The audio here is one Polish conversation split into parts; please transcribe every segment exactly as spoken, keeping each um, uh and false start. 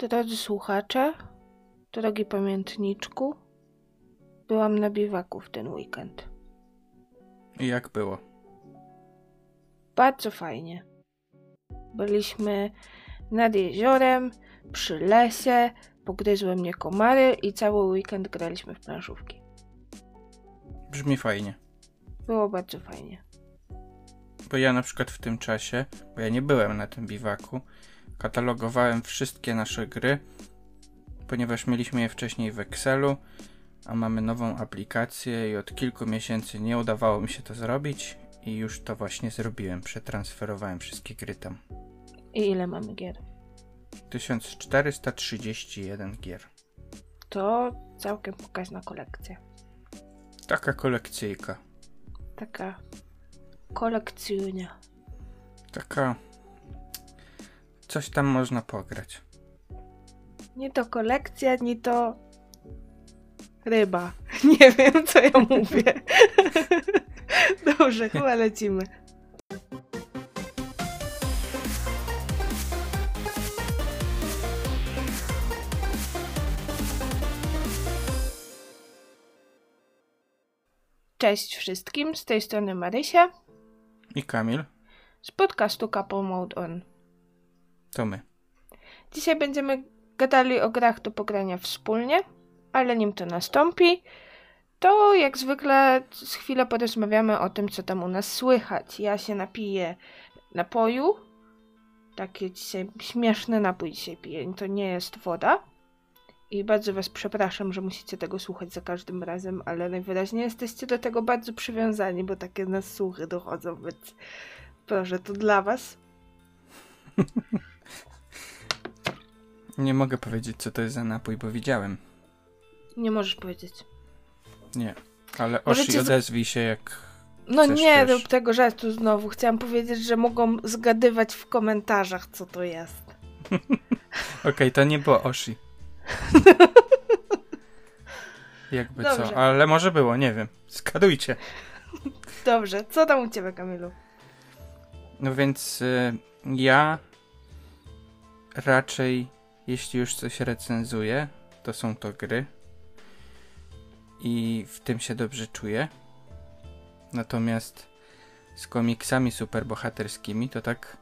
Drodzy słuchacze, drogi pamiętniczku, byłam na biwaku w ten weekend. I jak było? Bardzo fajnie. Byliśmy nad jeziorem, przy lesie, pogryzły mnie komary i cały weekend graliśmy w planszówki. Brzmi fajnie. Było bardzo fajnie. Bo ja na przykład w tym czasie, bo ja nie byłem na tym biwaku, katalogowałem wszystkie nasze gry, ponieważ mieliśmy je wcześniej w Excelu, a mamy nową aplikację i od kilku miesięcy nie udawało mi się to zrobić i już to właśnie zrobiłem. Przetransferowałem wszystkie gry tam. I ile mamy gier? tysiąc czterysta trzydzieści jeden gier. To całkiem pokaźna kolekcja. Taka kolekcyjka. Taka kolekcjunia. Taka... Coś tam można pograć. Nie to kolekcja, nie to ryba. Nie wiem, co ja mówię. Dobrze, chyba lecimy. Cześć wszystkim, z tej strony Marysia I Kamil. z podcastu Couple Mode On. To my. Dzisiaj będziemy gadali o grach do pogrania wspólnie, ale nim to nastąpi, to jak zwykle z chwilę porozmawiamy o tym, co tam u nas słychać. Ja się napiję napoju. Taki dzisiaj śmieszny napój dzisiaj piję. To nie jest woda. I bardzo was przepraszam, że musicie tego słuchać za każdym razem, ale najwyraźniej jesteście do tego bardzo przywiązani, bo takie nas słuchy dochodzą, więc proszę, to dla was. Nie mogę powiedzieć, co to jest za napój, bo widziałem. Nie możesz powiedzieć. Nie, ale Możecie Oshi, z- odezwij się jak No chcesz, nie wiesz. rób tego żartu znowu. Chciałam powiedzieć, że mogą zgadywać w komentarzach, co to jest. Okej, okay, to nie było Oshi. Jakby Dobrze. co, ale może było, nie wiem. Skadujcie. Dobrze, co tam u ciebie, Kamilu? No więc y, ja raczej, jeśli już coś recenzuję, to są to gry. I w tym się dobrze czuję. Natomiast z komiksami superbohaterskimi to tak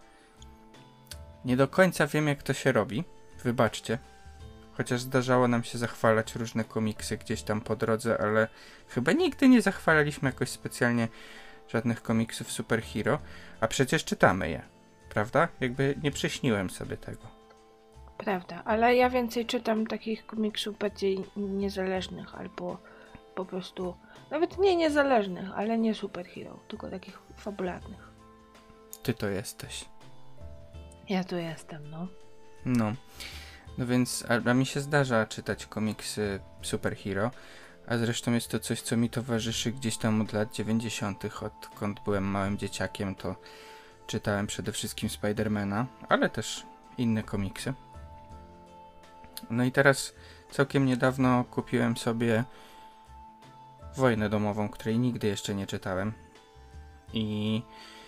nie do końca wiem, jak to się robi. Wybaczcie. Chociaż zdarzało nam się zachwalać różne komiksy gdzieś tam po drodze, ale chyba nigdy nie zachwalaliśmy jakoś specjalnie żadnych komiksów superhero, a przecież czytamy je, prawda? Jakby nie przyśniłem sobie tego. Prawda, ale ja więcej czytam takich komiksów bardziej niezależnych, albo po prostu, nawet nie niezależnych, ale nie superhero, tylko takich fabularnych. Ty to jesteś. Ja tu jestem, no. No. No więc, a, a mi się zdarza czytać komiksy superhero, a zresztą jest to coś, co mi towarzyszy gdzieś tam od lat dziewięćdziesiątych. Odkąd byłem małym dzieciakiem, to czytałem przede wszystkim Spidermana, ale też inne komiksy. No i teraz całkiem niedawno kupiłem sobie Wojnę domową, której nigdy jeszcze nie czytałem. I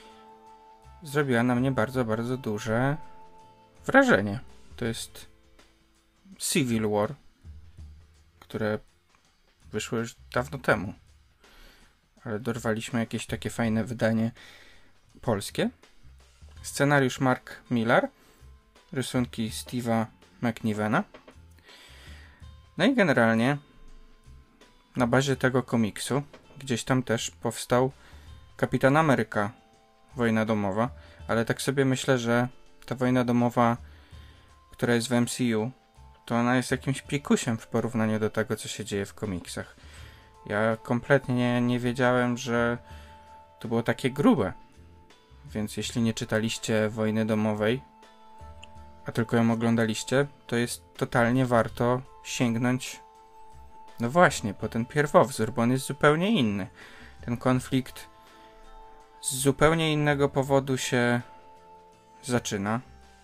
zrobiła na mnie bardzo, bardzo duże wrażenie. To jest Civil War, które wyszło już dawno temu. Ale dorwaliśmy jakieś takie fajne wydanie polskie. Scenariusz Mark Millar, rysunki Steve'a McNivena. No i generalnie na bazie tego komiksu gdzieś tam też powstał Kapitan Ameryka, Wojna domowa, ale tak sobie myślę, że ta Wojna domowa, która jest w M C U, to ona jest jakimś pikusiem w porównaniu do tego, co się dzieje w komiksach. Ja kompletnie nie wiedziałem, że to było takie grube. Więc jeśli nie czytaliście Wojny domowej, a tylko ją oglądaliście, to jest totalnie warto sięgnąć, no właśnie, po ten pierwowzór, bo on jest zupełnie inny. Ten konflikt z zupełnie innego powodu się zaczyna.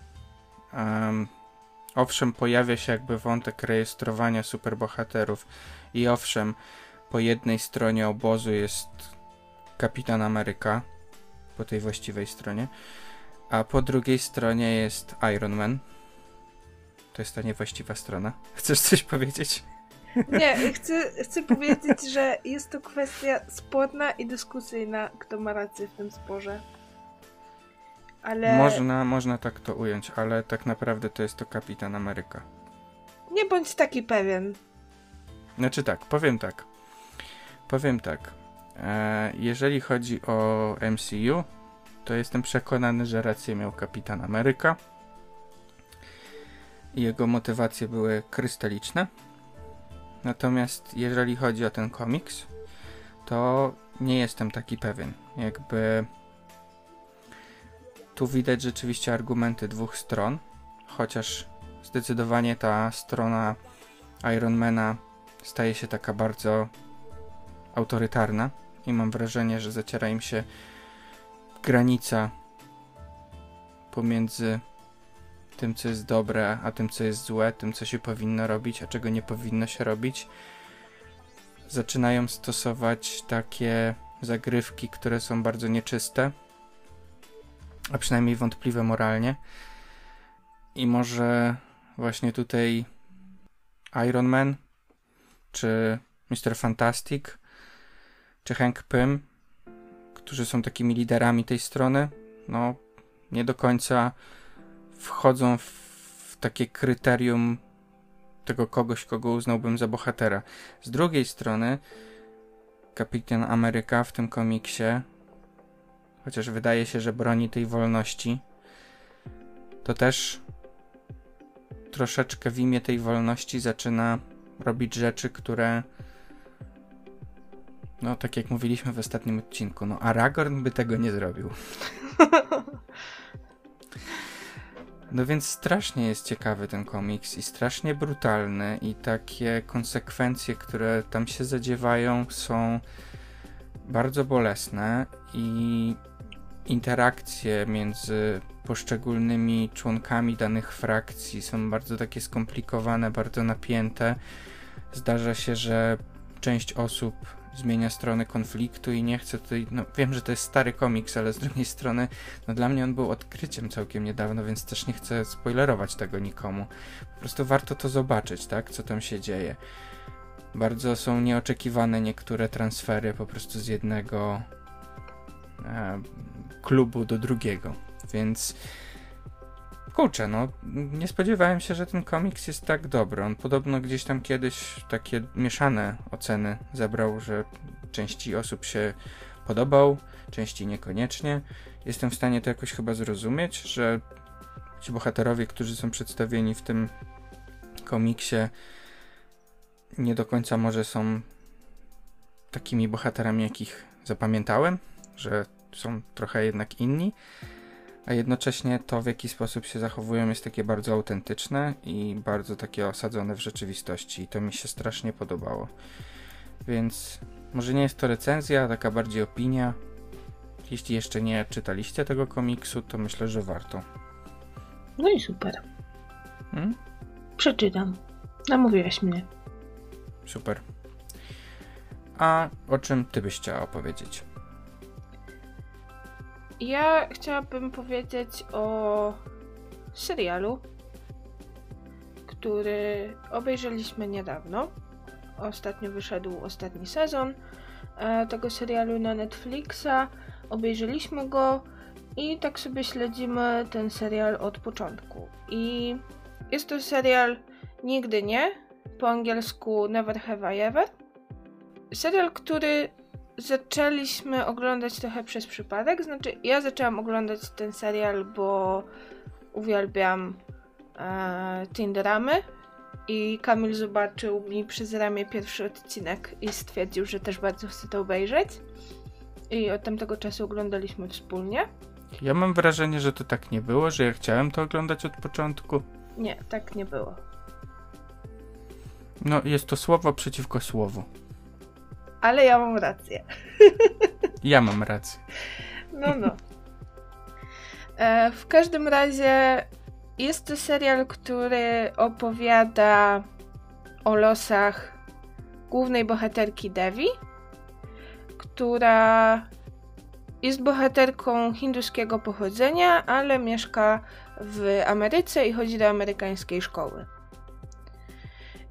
Um, owszem, pojawia się jakby wątek rejestrowania superbohaterów i owszem, po jednej stronie obozu jest Kapitan Ameryka, po tej właściwej stronie, a po drugiej stronie jest Iron Man. to jest ta niewłaściwa strona. Chcesz coś powiedzieć? Nie, chcę, chcę powiedzieć, że jest to kwestia sporna i dyskusyjna, kto ma rację w tym sporze. Ale... Można, można tak to ująć, ale tak naprawdę to jest to Kapitan Ameryka. Nie bądź taki pewien. Znaczy tak, powiem tak. Powiem tak. E, jeżeli chodzi o M C U, to jestem przekonany, że rację miał Kapitan Ameryka. I jego motywacje były krystaliczne. Natomiast jeżeli chodzi o ten komiks, to nie jestem taki pewien. Jakby tu widać rzeczywiście argumenty dwóch stron, chociaż zdecydowanie ta strona Ironmana staje się taka bardzo autorytarna i mam wrażenie, że zaciera im się granica pomiędzy tym, co jest dobre, a tym, co jest złe, tym, co się powinno robić, a czego nie powinno się robić. Zaczynają stosować takie zagrywki, które są bardzo nieczyste, a przynajmniej wątpliwe moralnie. I może właśnie tutaj Iron Man, czy mister Fantastic, czy Hank Pym, którzy są takimi liderami tej strony, no nie do końca wchodzą w, w takie kryterium tego kogoś, kogo uznałbym za bohatera. Z drugiej strony Kapitan Ameryka w tym komiksie, chociaż wydaje się, że broni tej wolności, to też troszeczkę w imię tej wolności zaczyna robić rzeczy, które, no tak jak mówiliśmy w ostatnim odcinku, no Aragorn by tego nie zrobił. No więc strasznie jest ciekawy ten komiks i strasznie brutalny i takie konsekwencje, które tam się zadziewają, są bardzo bolesne i interakcje między poszczególnymi członkami danych frakcji są bardzo takie skomplikowane, bardzo napięte. Zdarza się, że część osób zmienia stronę konfliktu i nie chcę tutaj, no wiem, że to jest stary komiks, ale z drugiej strony, no dla mnie on był odkryciem całkiem niedawno, więc też nie chcę spoilerować tego nikomu. Po prostu warto to zobaczyć, tak, co tam się dzieje. Bardzo są nieoczekiwane niektóre transfery po prostu z jednego e, klubu do drugiego, więc kurczę, no nie spodziewałem się, że ten komiks jest tak dobry. On podobno gdzieś tam kiedyś takie mieszane oceny zebrał, że części osób się podobał, części niekoniecznie. Jestem w stanie to jakoś chyba zrozumieć, że ci bohaterowie, którzy są przedstawieni w tym komiksie, nie do końca może są takimi bohaterami, jakich zapamiętałem, że są trochę jednak inni. A jednocześnie to, w jaki sposób się zachowują, jest takie bardzo autentyczne i bardzo takie osadzone w rzeczywistości. I to mi się strasznie podobało. Więc może nie jest to recenzja, taka bardziej opinia. Jeśli jeszcze nie czytaliście tego komiksu, to myślę, że warto. No i super. Hmm? Przeczytam. Namówiłeś mnie. Super. A o czym ty byś chciała opowiedzieć? Ja chciałabym powiedzieć o serialu, który obejrzeliśmy niedawno. Ostatnio wyszedł ostatni sezon e, tego serialu na Netflixa. Obejrzeliśmy go i tak sobie śledzimy ten serial od początku. I jest to serial Nigdy Nie, po angielsku Never Have I Ever. Serial, który zaczęliśmy oglądać trochę przez przypadek, znaczy ja zaczęłam oglądać ten serial, bo uwielbiam e, teen dramy i Kamil zobaczył mi przez ramię pierwszy odcinek i stwierdził, że też bardzo chce to obejrzeć i od tamtego czasu oglądaliśmy wspólnie. Ja mam wrażenie, że to tak nie było, że ja chciałem to oglądać od początku. Nie, tak nie było. No jest to słowo przeciwko słowu. Ale ja mam rację. Ja mam rację. No, no. E, w każdym razie jest to serial, który opowiada o losach głównej bohaterki Devi, która jest bohaterką hinduskiego pochodzenia, ale mieszka w Ameryce i chodzi do amerykańskiej szkoły.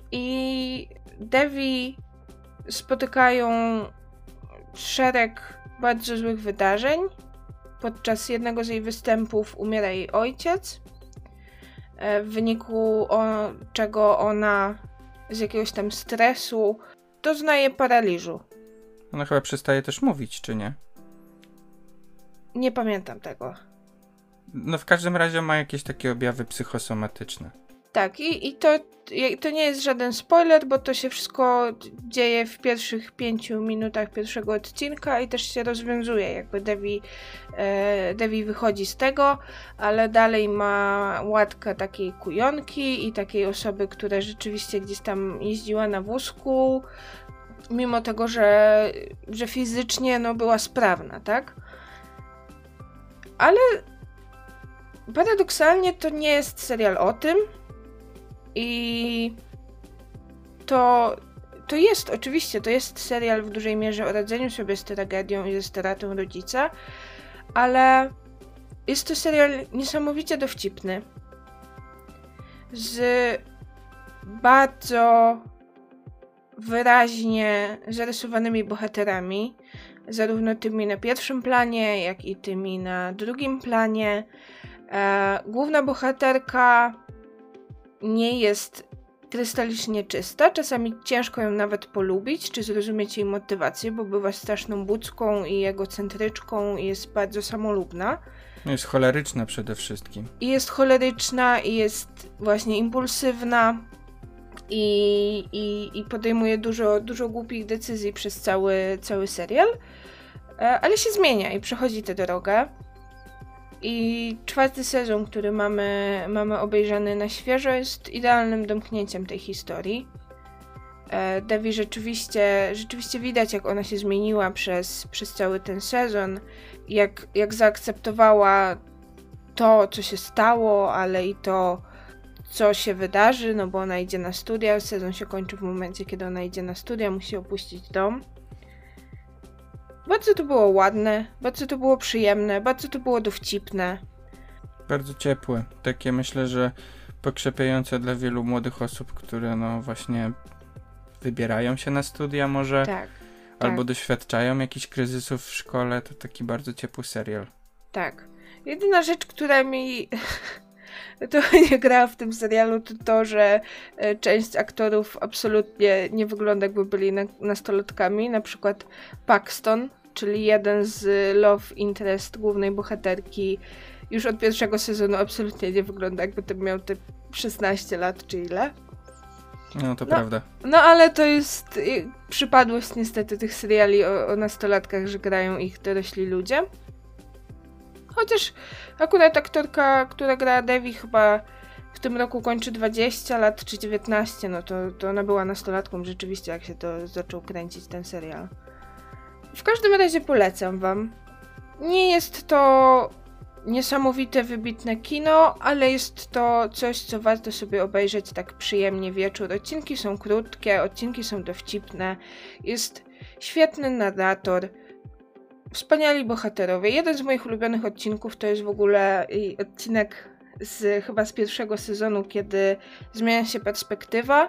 i Devi spotykają szereg bardzo złych wydarzeń. Podczas jednego z jej występów umiera jej ojciec, w wyniku o, czego ona z jakiegoś tam stresu doznaje paraliżu. Ona chyba przestaje też mówić, czy nie? Nie pamiętam tego. No w każdym razie ma jakieś takie objawy psychosomatyczne. Tak, i, i to, to nie jest żaden spoiler, bo to się wszystko dzieje w pierwszych pięciu minutach pierwszego odcinka i też się rozwiązuje, jakby Devi, e, Devi wychodzi z tego, ale dalej ma łatkę takiej kujonki i takiej osoby, która rzeczywiście gdzieś tam jeździła na wózku, mimo tego, że, że fizycznie no, była sprawna, tak? Ale paradoksalnie to nie jest serial o tym i to, to jest, oczywiście, to jest serial w dużej mierze o radzeniu sobie z tragedią i ze stratą rodzica, ale jest to serial niesamowicie dowcipny, z bardzo wyraźnie zarysowanymi bohaterami, zarówno tymi na pierwszym planie, jak i tymi na drugim planie. E, główna bohaterka nie jest krystalicznie czysta, czasami ciężko ją nawet polubić, czy zrozumieć jej motywację, bo bywa straszną bucką i egocentryczką i jest bardzo samolubna. No jest choleryczna przede wszystkim. I jest choleryczna i jest właśnie impulsywna i, i, i podejmuje dużo, dużo głupich decyzji przez cały, cały serial, ale się zmienia i przechodzi tę drogę. I czwarty sezon, który mamy, mamy obejrzany na świeżo, jest idealnym domknięciem tej historii. Devi rzeczywiście, rzeczywiście widać, jak ona się zmieniła przez, przez cały ten sezon, jak, jak zaakceptowała to, co się stało, ale i to, co się wydarzy, no bo ona idzie na studia, sezon się kończy w momencie, kiedy ona idzie na studia, musi opuścić dom. Bardzo to było ładne, bardzo to było przyjemne, bardzo to było dowcipne. Bardzo ciepłe. Takie myślę, że pokrzepiające dla wielu młodych osób, które no właśnie wybierają się na studia może, tak, albo tak. doświadczają jakichś kryzysów w szkole, to taki bardzo ciepły serial. Tak. Jedyna rzecz, która mi trochę nie grała w tym serialu, to to, że część aktorów absolutnie nie wygląda, jakby byli na- nastolatkami. Na przykład Paxton, czyli jeden z love interest głównej bohaterki, już od pierwszego sezonu absolutnie nie wygląda, jakby ten miał te szesnaście lat czy ile. No to no, prawda. No ale to jest y, przypadłość niestety tych seriali o, o nastolatkach, że grają ich dorośli ludzie. Chociaż akurat aktorka, która gra Devi, chyba w tym roku kończy dwadzieścia lat czy dziewiętnaście, no to, to ona była nastolatką rzeczywiście, jak się to zaczął kręcić ten serial. W każdym razie polecam wam. Nie jest to niesamowite, wybitne kino, ale jest to coś, co warto sobie obejrzeć tak przyjemnie wieczór. Odcinki są krótkie, odcinki są dowcipne, jest świetny narrator, wspaniali bohaterowie. Jeden z moich ulubionych odcinków to jest w ogóle odcinek z, chyba z pierwszego sezonu, kiedy zmienia się perspektywa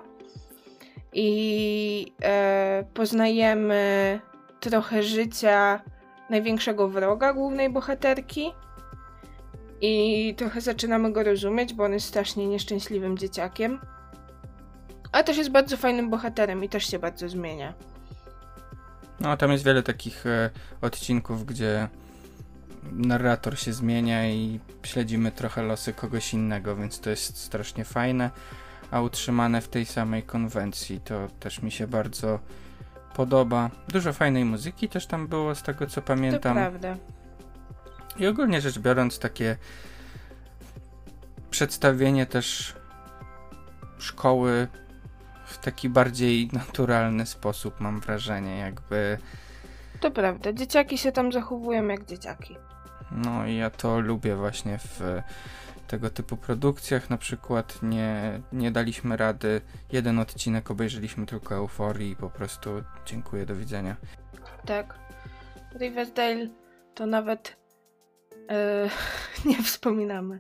i e, poznajemy trochę życia największego wroga głównej bohaterki i trochę zaczynamy go rozumieć, bo on jest strasznie nieszczęśliwym dzieciakiem, ale też jest bardzo fajnym bohaterem i też się bardzo zmienia. No, tam jest wiele takich e, odcinków, gdzie narrator się zmienia i śledzimy trochę losy kogoś innego, więc to jest strasznie fajne, a utrzymane w tej samej konwencji to też mi się bardzo podoba. Dużo fajnej muzyki też tam było, z tego co pamiętam. To prawda. I ogólnie rzecz biorąc, takie przedstawienie też szkoły w taki bardziej naturalny sposób, mam wrażenie, jakby... To prawda, dzieciaki się tam zachowują jak dzieciaki. No i ja to lubię właśnie w tego typu produkcjach. Na przykład nie, nie daliśmy rady, jeden odcinek obejrzeliśmy tylko Euforii i po prostu dziękuję, do widzenia. Tak. Riverdale to nawet yy, nie wspominamy.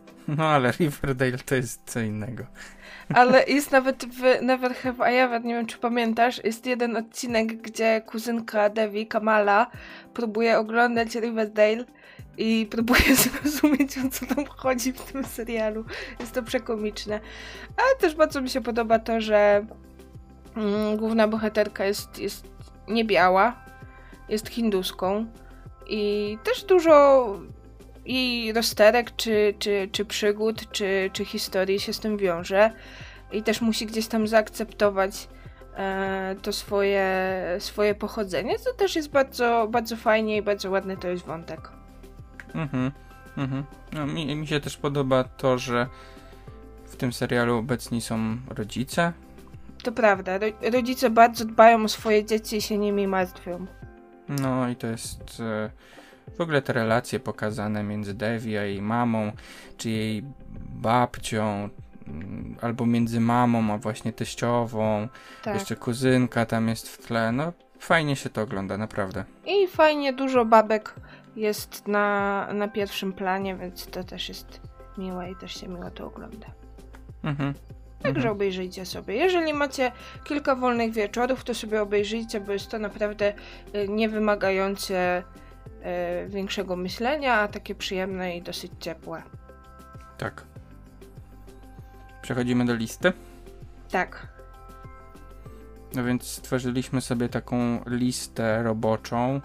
No ale Riverdale to jest co innego. Ale jest nawet w Never Have I Ever, nie wiem czy pamiętasz, jest jeden odcinek, gdzie kuzynka Devi, Kamala, próbuje oglądać Riverdale i próbuje zrozumieć, o co tam chodzi w tym serialu. Jest to przekomiczne. Ale też bardzo mi się podoba to, że mm, główna bohaterka jest, jest niebiała, jest hinduską i też dużo jej rozterek, czy, czy, czy przygód, czy, czy historii się z tym wiąże i też musi gdzieś tam zaakceptować e, to swoje, swoje pochodzenie, co też jest bardzo, bardzo fajnie i bardzo ładny to jest wątek. Mhm, mhm. No, mi, mi się też podoba to, że w tym serialu obecni są rodzice. To prawda, ro, rodzice bardzo dbają o swoje dzieci i się nimi martwią. No i to jest e, w ogóle te relacje pokazane między Devi a jej mamą, czy jej babcią, m, albo między mamą a właśnie teściową, Tak. jeszcze kuzynka tam jest w tle, no fajnie się to ogląda, naprawdę. I fajnie dużo babek jest na, na pierwszym planie, więc to też jest miłe i też się miło to ogląda. Mhm. Także mhm. obejrzyjcie sobie. Jeżeli macie kilka wolnych wieczorów, to sobie obejrzyjcie, bo jest to naprawdę y, niewymagające y, większego myślenia, a takie przyjemne i dosyć ciepłe. Tak. Przechodzimy do listy. Tak. No więc stworzyliśmy sobie taką listę roboczą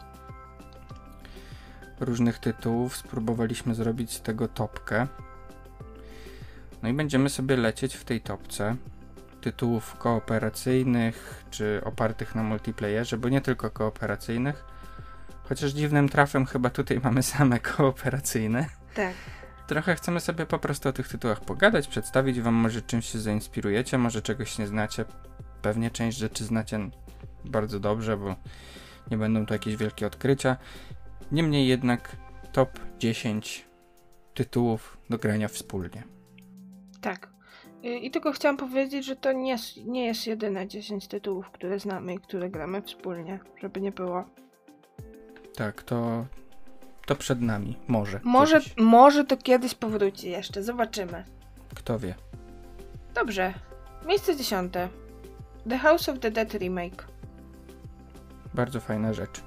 różnych tytułów. Spróbowaliśmy zrobić z tego topkę. No i będziemy sobie lecieć w tej topce tytułów kooperacyjnych, czy opartych na multiplayerze, bo nie tylko kooperacyjnych. Chociaż dziwnym trafem chyba tutaj mamy same kooperacyjne. Tak. Trochę chcemy sobie po prostu o tych tytułach pogadać, przedstawić wam, może czymś się zainspirujecie, może czegoś nie znacie. Pewnie część rzeczy znacie bardzo dobrze, bo nie będą to jakieś wielkie odkrycia. Niemniej jednak top dziesięć tytułów do grania wspólnie. Tak. I, i tylko chciałam powiedzieć, że to nie, nie jest jedyne dziesięć tytułów, które znamy i które gramy wspólnie, żeby nie było. Tak, to, to przed nami. Może. Może, kiedyś. może to kiedyś powróci jeszcze, zobaczymy. Kto wie. Dobrze. Miejsce dziesiąte. The House of the Dead Remake. Bardzo fajna rzecz.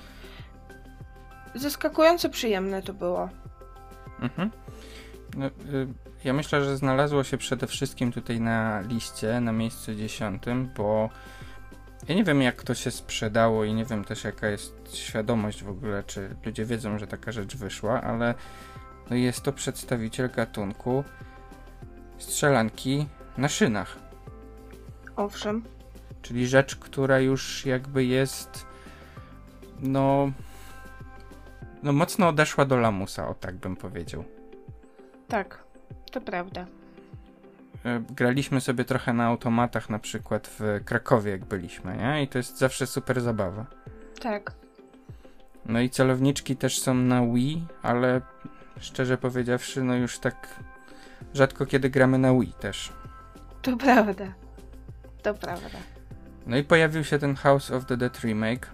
Zaskakująco przyjemne to było. Mhm. No, y, ja myślę, że znalazło się przede wszystkim tutaj na liście, na miejscu dziesiątym, bo ja nie wiem, jak to się sprzedało i nie wiem też, jaka jest świadomość w ogóle, czy ludzie wiedzą, że taka rzecz wyszła, ale no jest to przedstawiciel gatunku strzelanki na szynach. Owszem. Czyli rzecz, która już jakby jest no no mocno odeszła do lamusa, o tak bym powiedział. Tak, to prawda. Graliśmy sobie trochę na automatach, na przykład w Krakowie, jak byliśmy, nie? I to jest zawsze super zabawa. Tak. No i celowniczki też są na Wii, ale szczerze powiedziawszy, no już tak rzadko kiedy gramy na Wii też. To prawda. To prawda. No i pojawił się ten House of the Dead Remake.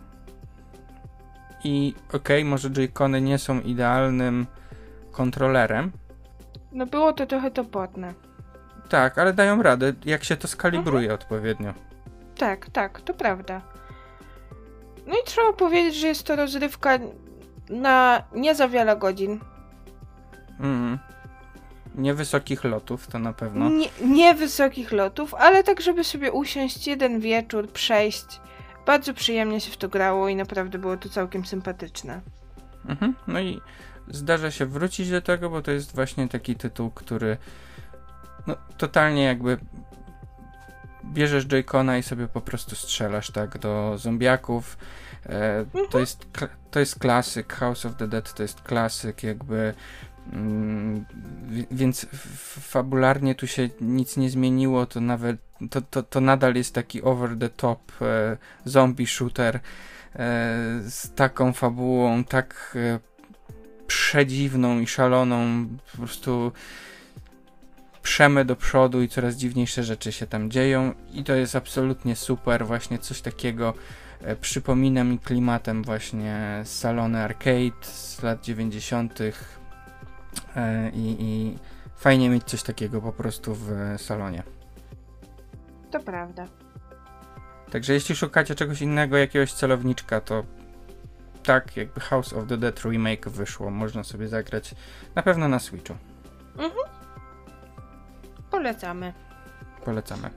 I okej, okay, może Joy-Cony nie są idealnym kontrolerem. No było to trochę topotne. Tak, ale dają radę, jak się to skalibruje mhm. odpowiednio. Tak, tak, to prawda. No i trzeba powiedzieć, że jest to rozrywka na nie za wiele godzin. Mm. Niewysokich lotów, to na pewno. Nie, nie wysokich lotów, ale tak, żeby sobie usiąść jeden wieczór, przejść. Bardzo przyjemnie się w to grało i naprawdę było to całkiem sympatyczne. Mhm. No i zdarza się wrócić do tego, bo to jest właśnie taki tytuł, który no totalnie jakby bierzesz Joy-Cona i sobie po prostu strzelasz tak do zombiaków. E, mhm. to, jest, to jest klasyk, House of the Dead to jest klasyk jakby, mm, w, więc f, fabularnie tu się nic nie zmieniło, to nawet to, to, to nadal jest taki over the top e, zombie shooter e, z taką fabułą, tak e, przedziwną i szaloną, po prostu przemy do przodu i coraz dziwniejsze rzeczy się tam dzieją i to jest absolutnie super, właśnie coś takiego e, przypomina mi klimatem właśnie salony arcade z lat dziewięćdziesiątych e, i, i fajnie mieć coś takiego po prostu w salonie. To prawda. Także jeśli szukacie czegoś innego, jakiegoś celowniczka, to tak, jakby House of the Dead Remake wyszło. Można sobie zagrać na pewno na Switchu. Mhm. Polecamy. Polecamy.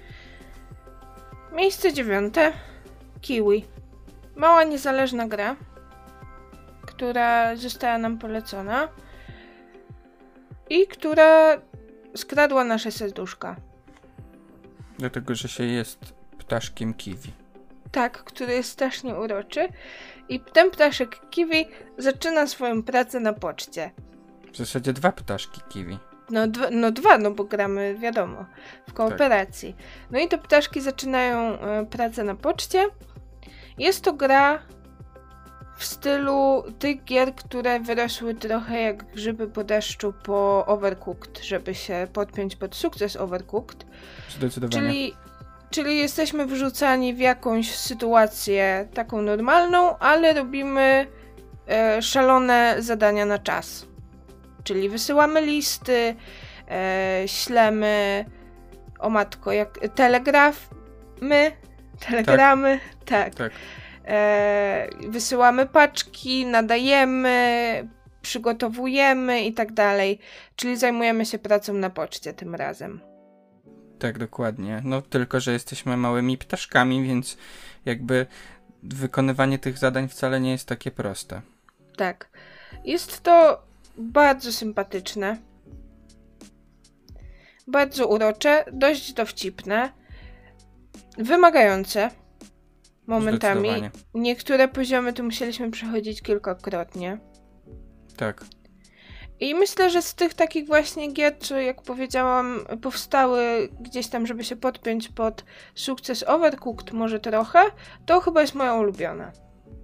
Miejsce dziewiąte. Kiwi. Mała, niezależna gra, która została nam polecona i która skradła nasze serduszka. Dlatego, że się jest ptaszkiem kiwi. Tak, który jest strasznie uroczy i ten ptaszek kiwi zaczyna swoją pracę na poczcie. W zasadzie dwa ptaszki kiwi. No, dwa, no dwa, no bo gramy, wiadomo, w kooperacji. Tak. No i te ptaszki zaczynają y, pracę na poczcie. Jest to gra w stylu tych gier, które wyrosły trochę jak grzyby po deszczu po Overcooked, żeby się podpiąć pod sukces Overcooked. Zdecydowanie. Czyli, czyli jesteśmy wrzucani w jakąś sytuację taką normalną, ale robimy e, szalone zadania na czas. Czyli wysyłamy listy, e, ślemy, o matko, jak telegrafmy, telegramy, tak. tak. tak. E, wysyłamy paczki, nadajemy, przygotowujemy i tak dalej. Czyli zajmujemy się pracą na poczcie tym razem. Tak, dokładnie. No tylko, że jesteśmy małymi ptaszkami, więc jakby wykonywanie tych zadań wcale nie jest takie proste. Tak. Jest to bardzo sympatyczne. Bardzo urocze, dość dowcipne. Wymagające. Momentami. Niektóre poziomy tu musieliśmy przechodzić kilkakrotnie. Tak. I myślę, że z tych takich właśnie gier, co jak powiedziałam, powstały gdzieś tam, żeby się podpiąć pod sukces Overcooked może trochę, to chyba jest moja ulubiona.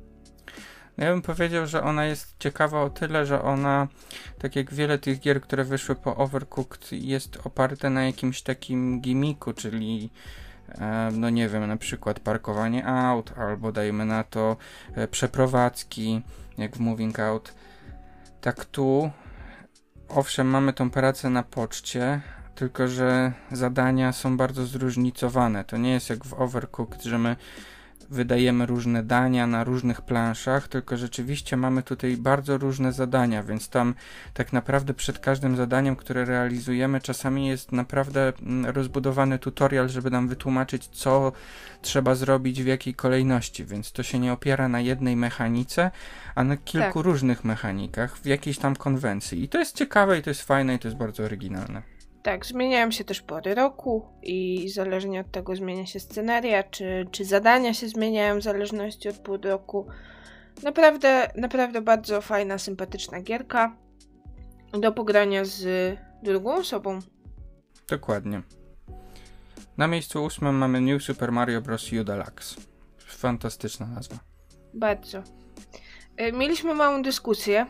No ja bym powiedział, że ona jest ciekawa o tyle, że ona, tak jak wiele tych gier, które wyszły po Overcooked, jest oparte na jakimś takim gimmicku, czyli no nie wiem, na przykład parkowanie aut, albo dajmy na to e, przeprowadzki, jak w Moving Out. Tak tu, owszem, mamy tą pracę na poczcie, tylko że zadania są bardzo zróżnicowane. To nie jest jak w Overcooked, że my wydajemy różne dania na różnych planszach, tylko rzeczywiście mamy tutaj bardzo różne zadania, więc tam tak naprawdę przed każdym zadaniem, które realizujemy, czasami jest naprawdę rozbudowany tutorial, żeby nam wytłumaczyć, co trzeba zrobić w jakiej kolejności, więc to się nie opiera na jednej mechanice, a na kilku tak. różnych mechanikach w jakiejś tam konwencji. I to jest ciekawe i to jest fajne i to jest bardzo oryginalne. Tak, zmieniają się też pory roku i zależnie od tego zmienia się scenaria, czy, czy zadania się zmieniają w zależności od pół roku. Naprawdę, naprawdę bardzo fajna, sympatyczna gierka do pogrania z drugą osobą. Dokładnie. Na miejscu ósmym mamy New Super Mario Bros. U Deluxe. Fantastyczna nazwa. Bardzo. Mieliśmy małą dyskusję.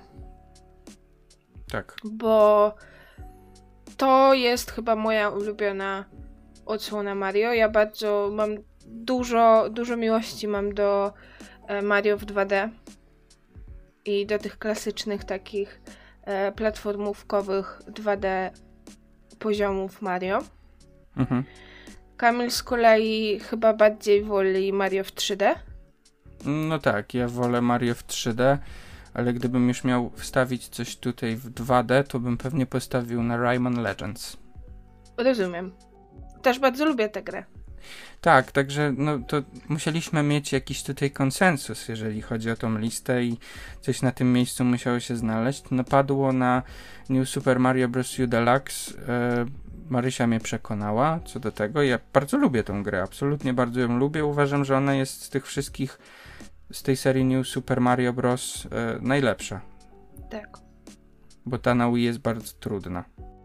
Tak. Bo to jest chyba moja ulubiona odsłona Mario. Ja bardzo mam dużo, dużo miłości mam do Mario w dwa D i do tych klasycznych takich e, platformówkowych dwa D poziomów Mario. Mhm. Kamil z kolei chyba bardziej woli Mario w trzy D. No tak, ja wolę Mario w trzy D, ale gdybym już miał wstawić coś tutaj w dwa D, to bym pewnie postawił na Rayman Legends. Rozumiem. Też bardzo lubię tę grę. Tak, także no to musieliśmy mieć jakiś tutaj konsensus, jeżeli chodzi o tą listę i coś na tym miejscu musiało się znaleźć. Napadło na New Super Mario Bros. U Deluxe. E, Marysia mnie przekonała co do tego. Ja bardzo lubię tę grę, absolutnie bardzo ją lubię. Uważam, że ona jest z tych wszystkich, z tej serii New Super Mario Bros. E, najlepsza. Tak. Bo ta na Wii jest bardzo trudna.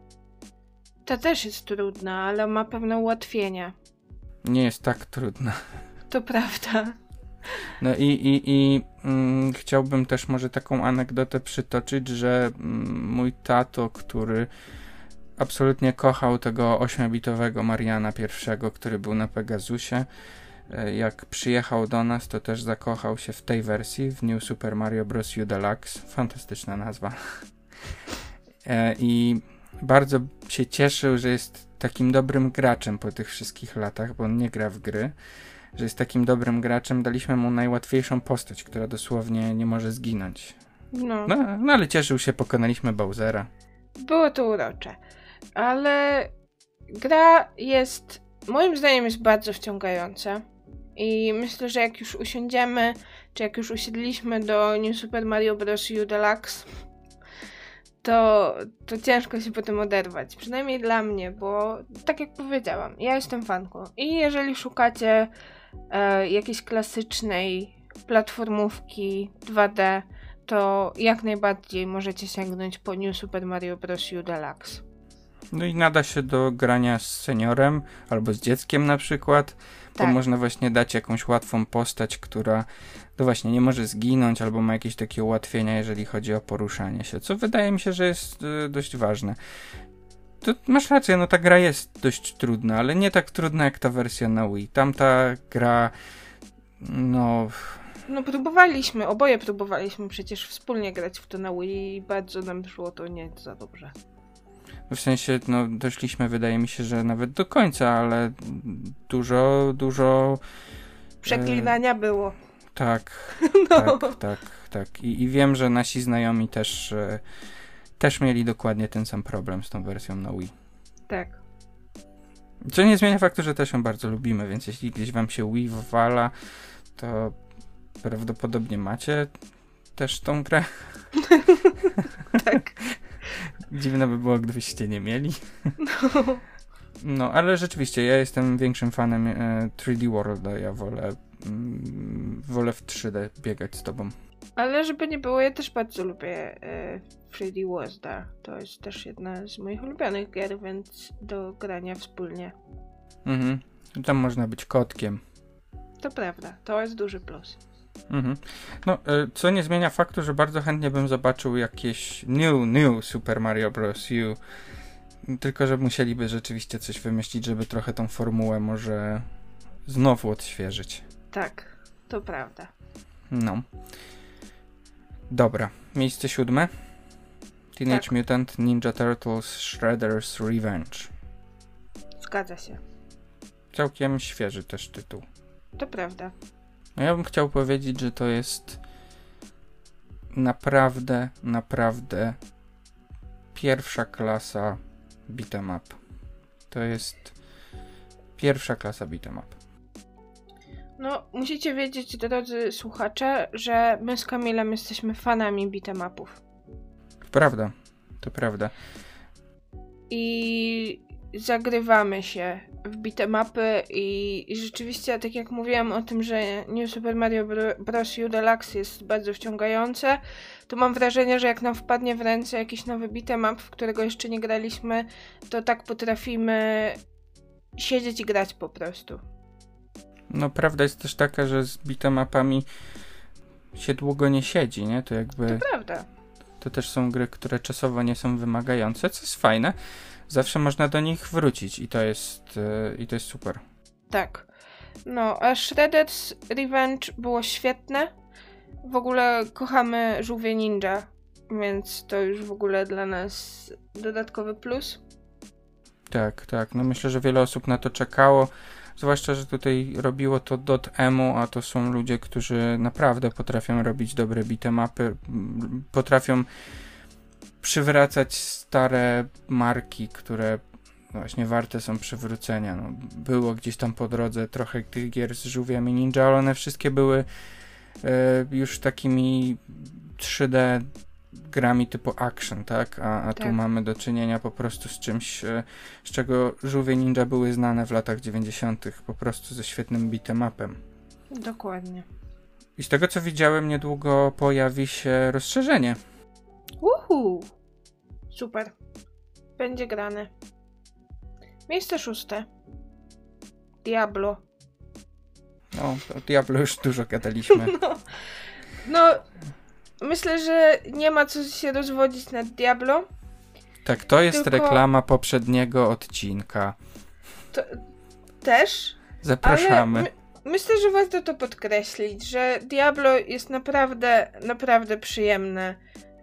Ta też jest trudna, ale ma pewne ułatwienia. Nie jest tak trudna. To prawda. No i, i, i mm, chciałbym też może taką anegdotę przytoczyć, że mm, mój tato, który absolutnie kochał tego ośmiobitowego Mariana pierwszego, który był na Pegasusie, jak przyjechał do nas, to też zakochał się w tej wersji, w New Super Mario Bros. U Deluxe. Fantastyczna nazwa. e, I bardzo się cieszył, że jest takim dobrym graczem po tych wszystkich latach, bo on nie gra w gry, że jest takim dobrym graczem. Daliśmy mu najłatwiejszą postać, która dosłownie nie może zginąć. No. No, no ale cieszył się, pokonaliśmy Bowsera. Było to urocze. Ale gra jest, moim zdaniem jest bardzo wciągająca. I myślę, że jak już usiądziemy, czy jak już usiedliśmy do New Super Mario Bros. U Deluxe, to, to ciężko się potem oderwać. Przynajmniej dla mnie, bo tak jak powiedziałam, ja jestem fanką. I jeżeli szukacie e, jakiejś klasycznej platformówki dwa D, to jak najbardziej możecie sięgnąć po New Super Mario Bros. U Deluxe. No i nada się do grania z seniorem albo z dzieckiem na przykład, Tak. bo można właśnie dać jakąś łatwą postać, która no właśnie nie może zginąć albo ma jakieś takie ułatwienia, jeżeli chodzi o poruszanie się, co wydaje mi się, że jest y, dość ważne. To masz rację, no ta gra jest dość trudna, ale nie tak trudna jak ta wersja na Wii. Tamta gra, no... No próbowaliśmy, oboje próbowaliśmy przecież wspólnie grać w to na Wii i bardzo nam szło to nie za dobrze. W sensie, no doszliśmy, wydaje mi się, że nawet do końca, ale dużo, dużo... Przeklinania e... było. Tak, no. tak, tak, tak. I, I wiem, że nasi znajomi też, e, też mieli dokładnie ten sam problem z tą wersją na Wii. Tak. Co nie zmienia faktu, że też ją bardzo lubimy, więc jeśli gdzieś wam się Wii wywala, to prawdopodobnie macie też tą grę. Tak. Dziwne by było, gdybyście nie mieli. No. No, ale rzeczywiście, ja jestem większym fanem e, trzy D Worlda, ja wolę, mm, wolę w trzy D biegać z tobą. Ale żeby nie było, ja też bardzo lubię e, trzy D Worlda. To jest też jedna z moich ulubionych gier, więc do grania wspólnie. Mhm. Tam można być kotkiem. To prawda, to jest duży plus. Mhm. No, e, co nie zmienia faktu, że bardzo chętnie bym zobaczył jakieś new, new Super Mario Bros. U. Tylko, że musieliby rzeczywiście coś wymyślić, żeby trochę tą formułę może znowu odświeżyć. Tak, to prawda. No. Dobra, miejsce siódme. Teenage Tak. Mutant Ninja Turtles Shredder's Revenge. Zgadza się. Całkiem świeży też tytuł. To prawda. No ja bym chciał powiedzieć, że to jest naprawdę, naprawdę pierwsza klasa beat'em up. To jest pierwsza klasa beat'em up. No, musicie wiedzieć, drodzy słuchacze, że my z Kamilem jesteśmy fanami beat'em upów. Prawda, to prawda. I zagrywamy się w beat'em upy i, i rzeczywiście, tak jak mówiłam o tym, że New Super Mario Bros. U Deluxe jest bardzo wciągające, to mam wrażenie, że jak nam wpadnie w ręce jakiś nowy beat'em up, w którego jeszcze nie graliśmy, to tak potrafimy siedzieć i grać po prostu. No prawda jest też taka, że z beat'em upami się długo nie siedzi, nie? To jakby... To prawda. To też są gry, które czasowo nie są wymagające, co jest fajne. Zawsze można do nich wrócić i to jest, yy, i to jest super. Tak. No, a Shredder's Revenge było świetne. W ogóle kochamy Żółwie Ninja, więc to już w ogóle dla nas dodatkowy plus. Tak, tak. No myślę, że wiele osób na to czekało. Zwłaszcza, że tutaj robiło to Dotemu, a to są ludzie, którzy naprawdę potrafią robić dobre beat'em upy, potrafią przywracać stare marki, które właśnie warte są przywrócenia. No, było gdzieś tam po drodze trochę tych gier z Żółwiami Ninja, ale one wszystkie były e, już takimi trzy D grami typu action, tak? A, a tak. Tu mamy do czynienia po prostu z czymś, e, z czego Żółwie Ninja były znane w latach dziewięćdziesiątych, po prostu ze świetnym beat'em upem. Dokładnie. I z tego co widziałem, niedługo pojawi się rozszerzenie. Uhu! Super. Będzie grane. Miejsce szóste. Diablo. No, o Diablo już dużo gadaliśmy. No, no, myślę, że nie ma co się rozwodzić nad Diablo. Tak, to jest Tylko... reklama poprzedniego odcinka. To też. Zapraszamy. Ale my, myślę, że warto to podkreślić, że Diablo jest naprawdę, naprawdę przyjemne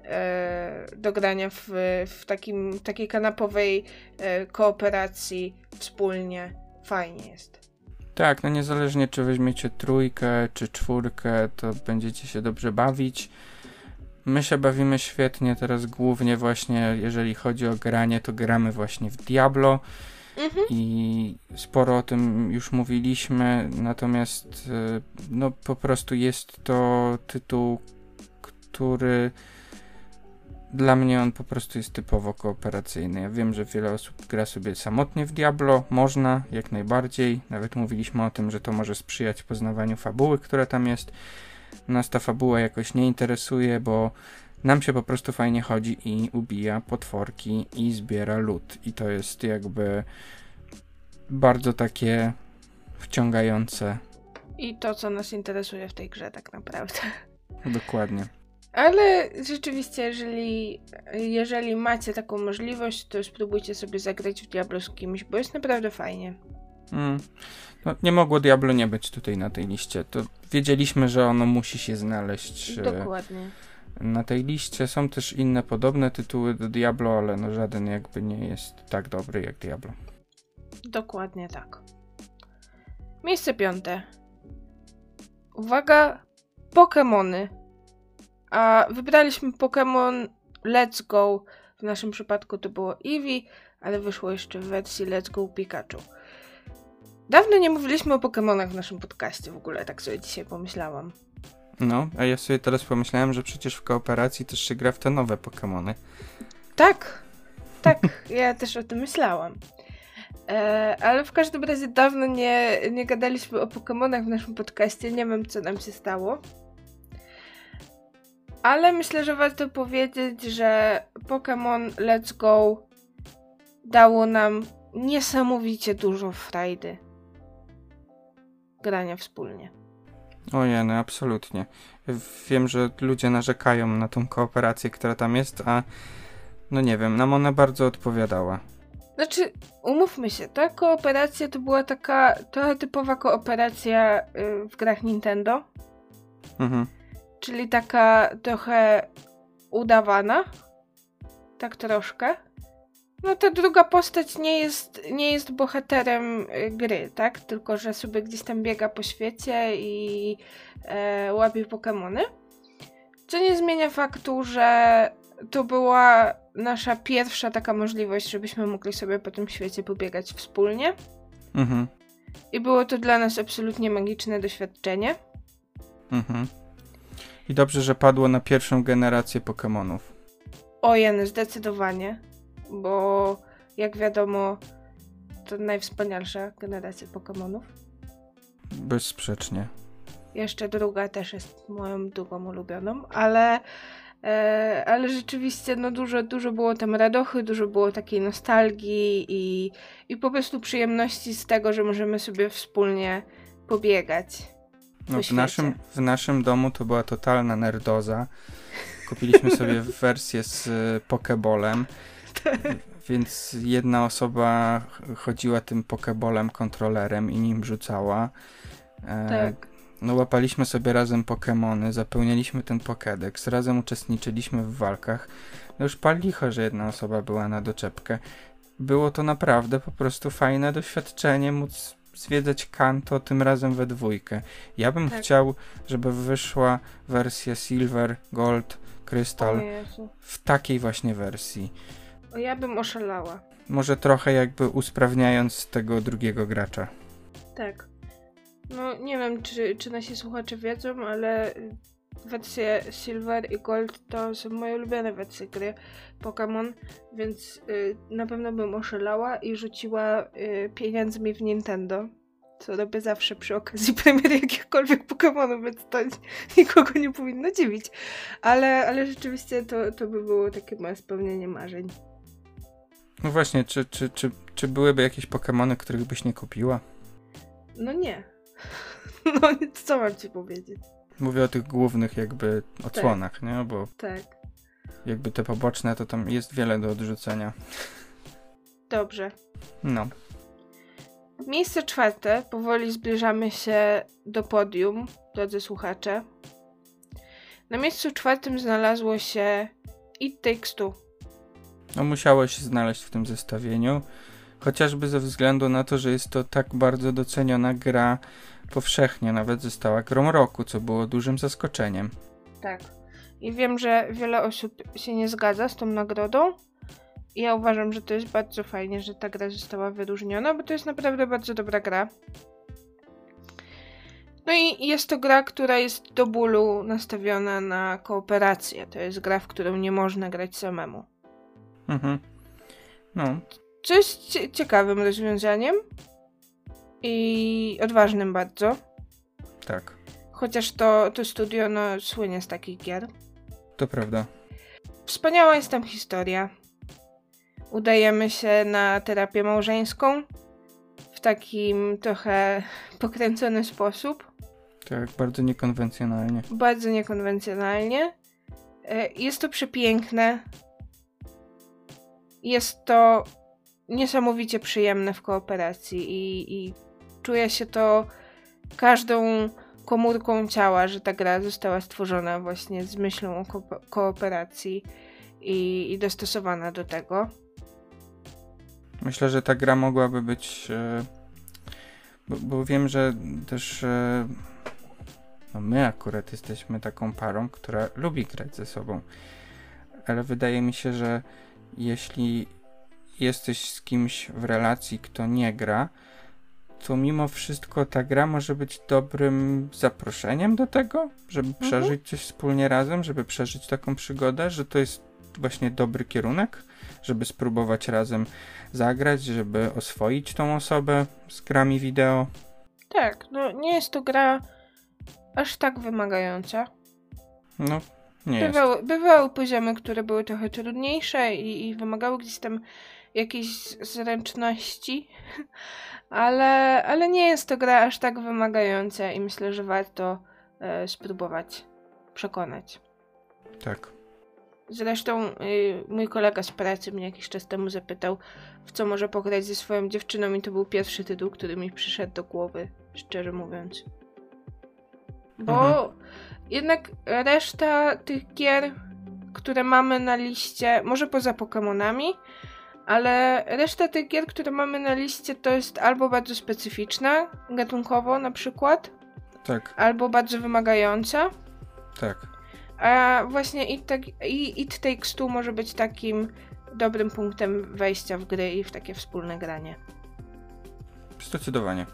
e, do grania w, w takim, takiej kanapowej e, kooperacji wspólnie. Fajnie jest. Tak, no niezależnie czy weźmiecie trójkę, czy czwórkę, to będziecie się dobrze bawić. My się bawimy świetnie teraz głównie właśnie, jeżeli chodzi o granie, to gramy właśnie w Diablo. Mhm. I sporo o tym już mówiliśmy, natomiast no po prostu jest to tytuł, który dla mnie on po prostu jest typowo kooperacyjny. Ja wiem, że wiele osób gra sobie samotnie w Diablo, można, jak najbardziej. Nawet mówiliśmy o tym, że to może sprzyjać poznawaniu fabuły, która tam jest. Nas ta fabuła jakoś nie interesuje, bo nam się po prostu fajnie chodzi i ubija potworki i zbiera loot. I to jest jakby bardzo takie wciągające. I to, co nas interesuje w tej grze tak naprawdę. Dokładnie. Ale rzeczywiście, jeżeli, jeżeli macie taką możliwość, to spróbujcie sobie zagrać w Diablo z kimś, bo jest naprawdę fajnie. Mm. No, nie mogło Diablo nie być tutaj na tej liście. To wiedzieliśmy, że ono musi się znaleźć. Dokładnie. Na tej liście są też inne podobne tytuły do Diablo, ale no żaden jakby nie jest tak dobry jak Diablo. Dokładnie tak. Miejsce piąte. Uwaga, Pokemony. A wybraliśmy Pokémon Let's Go. W naszym przypadku to było Eevee, ale wyszło jeszcze w wersji Let's Go Pikachu. Dawno nie mówiliśmy o Pokemonach w naszym podcaście w ogóle, tak sobie dzisiaj pomyślałam. No, a ja sobie teraz pomyślałem, że przecież w kooperacji też się gra w te nowe Pokemony. Tak, tak, ja też o tym myślałam. E, ale w każdym razie dawno nie, nie gadaliśmy o Pokemonach w naszym podcaście, nie wiem co nam się stało. Ale myślę, że warto powiedzieć, że Pokémon Let's Go dało nam niesamowicie dużo frajdy grania wspólnie. Ojej, no absolutnie. Wiem, że ludzie narzekają na tą kooperację, która tam jest, a no nie wiem, nam ona bardzo odpowiadała. Znaczy, umówmy się, ta kooperacja to była taka trochę typowa kooperacja yy, w grach Nintendo. Mhm. Czyli taka trochę udawana. Tak troszkę. No ta druga postać nie jest, nie jest bohaterem gry, tak? Tylko, że sobie gdzieś tam biega po świecie i e, łapie Pokemony. Co nie zmienia faktu, że to była nasza pierwsza taka możliwość, żebyśmy mogli sobie po tym świecie pobiegać wspólnie. Mhm. I było to dla nas absolutnie magiczne doświadczenie. Mhm. I dobrze, że padło na pierwszą generację Pokemonów. Ojej, zdecydowanie. Bo jak wiadomo, to najwspanialsza generacja Pokemonów. Bezsprzecznie. Jeszcze druga też jest moją drugą ulubioną, ale, e, ale rzeczywiście no dużo, dużo było tam radochy, dużo było takiej nostalgii i, i po prostu przyjemności z tego, że możemy sobie wspólnie pobiegać. No, w, naszym, w naszym domu to była totalna nerdoza. Kupiliśmy sobie wersję z y, Pokebolem, więc jedna osoba chodziła tym Pokebolem, kontrolerem i nim rzucała. E, tak. No łapaliśmy sobie razem Pokemony, zapełnialiśmy ten Pokédex, razem uczestniczyliśmy w walkach. No już pal licho, że jedna osoba była na doczepkę. Było to naprawdę po prostu fajne doświadczenie, móc zwiedzać Kanto, tym razem we dwójkę. Ja bym tak. chciał, żeby wyszła wersja Silver, Gold, Crystal w takiej właśnie wersji. O, ja bym oszalała. Może trochę jakby usprawniając tego drugiego gracza. Tak. No nie wiem, czy, czy nasi słuchacze wiedzą, ale wersje Silver i Gold to są moje ulubione wersje gry Pokémon, więc y, na pewno bym oszalała i rzuciła y, pieniędzmi w Nintendo, co robię zawsze przy okazji premiery jakichkolwiek Pokémonów, więc to nikogo nie powinno dziwić. Ale, ale rzeczywiście to, to by było takie moje spełnienie marzeń. No właśnie, czy, czy, czy, czy byłyby jakieś Pokémony, których byś nie kupiła? No nie. No co mam ci powiedzieć? Mówię o tych głównych jakby odsłonach, tak. nie? Bo tak. jakby te poboczne to tam jest wiele do odrzucenia. Dobrze. No. Miejsce czwarte. Powoli zbliżamy się do podium, drodzy słuchacze. Na miejscu czwartym znalazło się It Takes Two. No musiało się znaleźć w tym zestawieniu. Chociażby ze względu na to, że jest to tak bardzo doceniona gra powszechnie. Nawet została grą roku, co było dużym zaskoczeniem. Tak. I wiem, że wiele osób się nie zgadza z tą nagrodą. I ja uważam, że to jest bardzo fajnie, że ta gra została wyróżniona, bo to jest naprawdę bardzo dobra gra. No i jest to gra, która jest do bólu nastawiona na kooperację. To jest gra, w którą nie można grać samemu. Mhm. No. Co jest cie- ciekawym rozwiązaniem i odważnym bardzo. Tak. Chociaż to, to studio no, słynie z takich gier. To prawda. Wspaniała jest tam historia. Udajemy się na terapię małżeńską w takim trochę pokręcony sposób. Tak, bardzo niekonwencjonalnie. Bardzo niekonwencjonalnie. E, Jest to przepiękne. Jest to niesamowicie przyjemne w kooperacji i, i czuje się to każdą komórką ciała, że ta gra została stworzona właśnie z myślą o ko- kooperacji i, i dostosowana do tego. Myślę, że ta gra mogłaby być... E, bo, bo wiem, że też e, no my akurat jesteśmy taką parą, która lubi grać ze sobą. Ale wydaje mi się, że jeśli jesteś z kimś w relacji, kto nie gra, to mimo wszystko ta gra może być dobrym zaproszeniem do tego, żeby Mhm. przeżyć coś wspólnie razem, żeby przeżyć taką przygodę, że to jest właśnie dobry kierunek, żeby spróbować razem zagrać, żeby oswoić tą osobę z grami wideo. Tak, no nie jest to gra aż tak wymagająca. No, nie jest. Bywały, bywały poziomy, które były trochę trudniejsze i, i wymagały gdzieś tam jakiejś zręczności, ale, ale nie jest to gra aż tak wymagająca i myślę, że warto e, spróbować przekonać. Tak. Zresztą y, mój kolega z pracy mnie jakiś czas temu zapytał, w co może pograć ze swoją dziewczyną i to był pierwszy tytuł, który mi przyszedł do głowy, szczerze mówiąc. Bo Mhm. jednak reszta tych gier, które mamy na liście, może poza Pokemonami, ale reszta tych gier, które mamy na liście, to jest albo bardzo specyficzna, gatunkowo na przykład, Tak, albo bardzo wymagająca. tak. A właśnie It, tak, i It Takes Two może być takim dobrym punktem wejścia w gry i w takie wspólne granie. Zdecydowanie.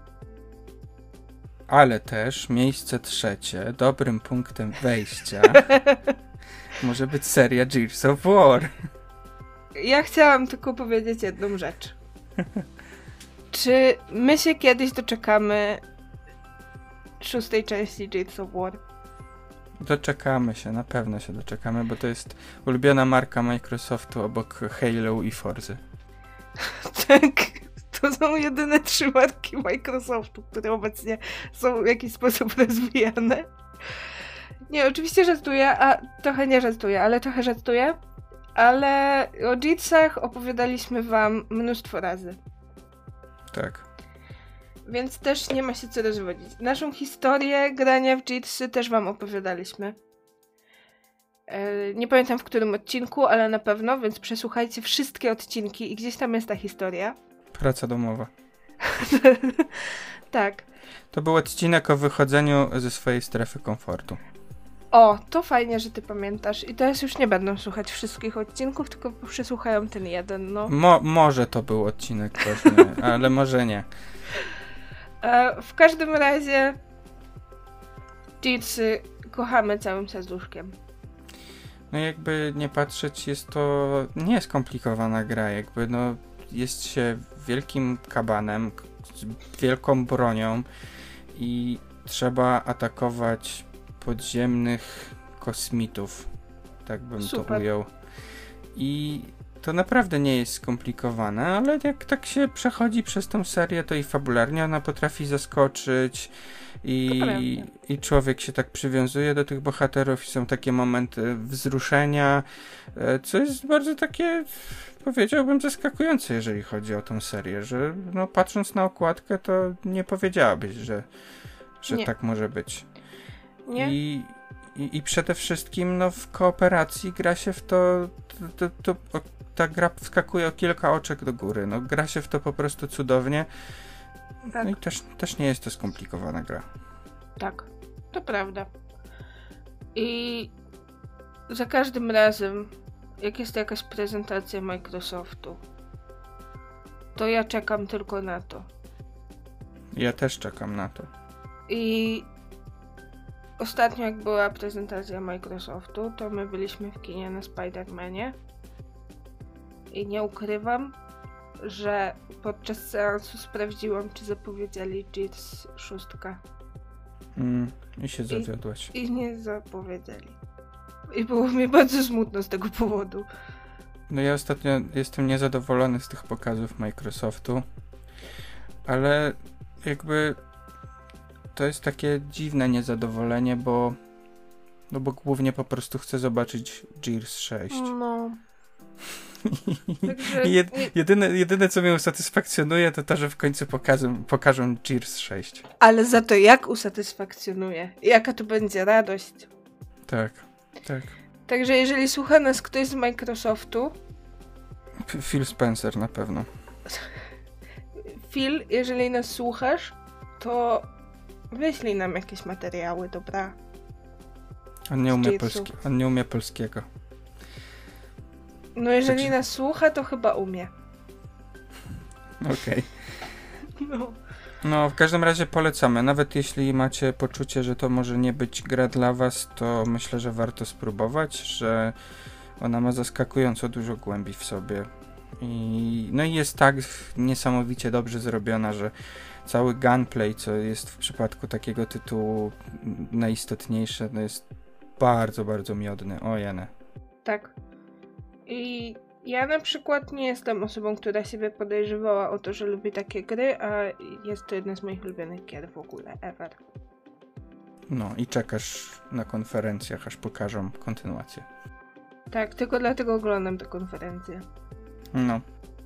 Ale też miejsce trzecie, dobrym punktem wejścia może być seria Gears of War. Ja chciałam tylko powiedzieć jedną rzecz. Czy my się kiedyś doczekamy szóstej części Gears of War? Doczekamy się, na pewno się doczekamy, bo to jest ulubiona marka Microsoftu obok Halo i Forzy. Tak, to są jedyne trzy marki Microsoftu, które obecnie są w jakiś sposób rozwijane. Nie, oczywiście żartuję, a trochę nie żartuję, ale trochę żartuję. Ale o Gearsach opowiadaliśmy wam mnóstwo razy. Tak. Więc też nie ma się co rozwodzić. Naszą historię grania w Gearsy też wam opowiadaliśmy. E, nie pamiętam w którym odcinku, ale na pewno, więc przesłuchajcie wszystkie odcinki i gdzieś tam jest ta historia. Praca domowa. Tak. To był odcinek o wychodzeniu ze swojej strefy komfortu. O, to fajnie, że ty pamiętasz. I teraz już nie będą słuchać wszystkich odcinków, tylko przesłuchają ten jeden, no. Mo- może to był odcinek pewnie, ale może nie. E, w każdym razie Gearsy kochamy całym serduszkiem. No jakby nie patrzeć, jest to nie skomplikowana gra, jakby no jest się wielkim kabanem z wielką bronią i trzeba atakować podziemnych kosmitów, tak bym Super. to ujął. I to naprawdę nie jest skomplikowane, ale jak tak się przechodzi przez tą serię, to i fabularnie ona potrafi zaskoczyć i, i człowiek się tak przywiązuje do tych bohaterów i są takie momenty wzruszenia, co jest bardzo takie, powiedziałbym, zaskakujące, jeżeli chodzi o tą serię, że no, patrząc na okładkę, to nie powiedziałabyś, że, że Nie. tak może być. Nie? I i, i przede wszystkim no, w kooperacji gra się w to, to, to, to o, ta gra wskakuje o kilka oczek do góry. No, gra się w to po prostu cudownie. Tak. No i też, też nie jest to skomplikowana gra. Tak, to prawda. I za każdym razem, jak jest jakaś prezentacja Microsoftu, to ja czekam tylko na to. Ja też czekam na to. I ostatnio jak była prezentacja Microsoftu, to my byliśmy w kinie na Spider-Manie i nie ukrywam, że podczas seansu sprawdziłam, czy zapowiedzieli Gears sześć. Mm, I się zawiodłaś. I, I nie zapowiedzieli. I było mi bardzo smutno z tego powodu. No ja ostatnio jestem niezadowolony z tych pokazów Microsoftu, ale jakby to jest takie dziwne niezadowolenie, bo no bo głównie po prostu chcę zobaczyć Gears sześć. No. Także... Jed, jedyne, jedyne co mnie usatysfakcjonuje to to, że w końcu pokażą, pokażą Gears sześć. Ale za to jak usatysfakcjonuje? Jaka to będzie radość? Tak, tak. Także jeżeli słucha nas ktoś z Microsoftu... P- Phil Spencer na pewno. Phil, jeżeli nas słuchasz, to wyślij nam jakieś materiały, dobra? On nie umie, polski- on nie umie polskiego. No jeżeli Także... nas słucha, to chyba umie. Okej. Okay. No. No, w każdym razie polecamy. Nawet jeśli macie poczucie, że to może nie być gra dla was, to myślę, że warto spróbować, że ona ma zaskakująco dużo głębi w sobie. I, no i jest tak niesamowicie dobrze zrobiona, że cały gunplay, co jest w przypadku takiego tytułu najistotniejsze, no jest bardzo, bardzo miodny. O jene. Tak. I ja na przykład nie jestem osobą, która siebie podejrzewała o to, że lubi takie gry, a jest to jedna z moich ulubionych gier w ogóle, ever. No i czekasz na konferencjach, aż pokażą kontynuację. Tak, tylko dlatego oglądam tę konferencję. No.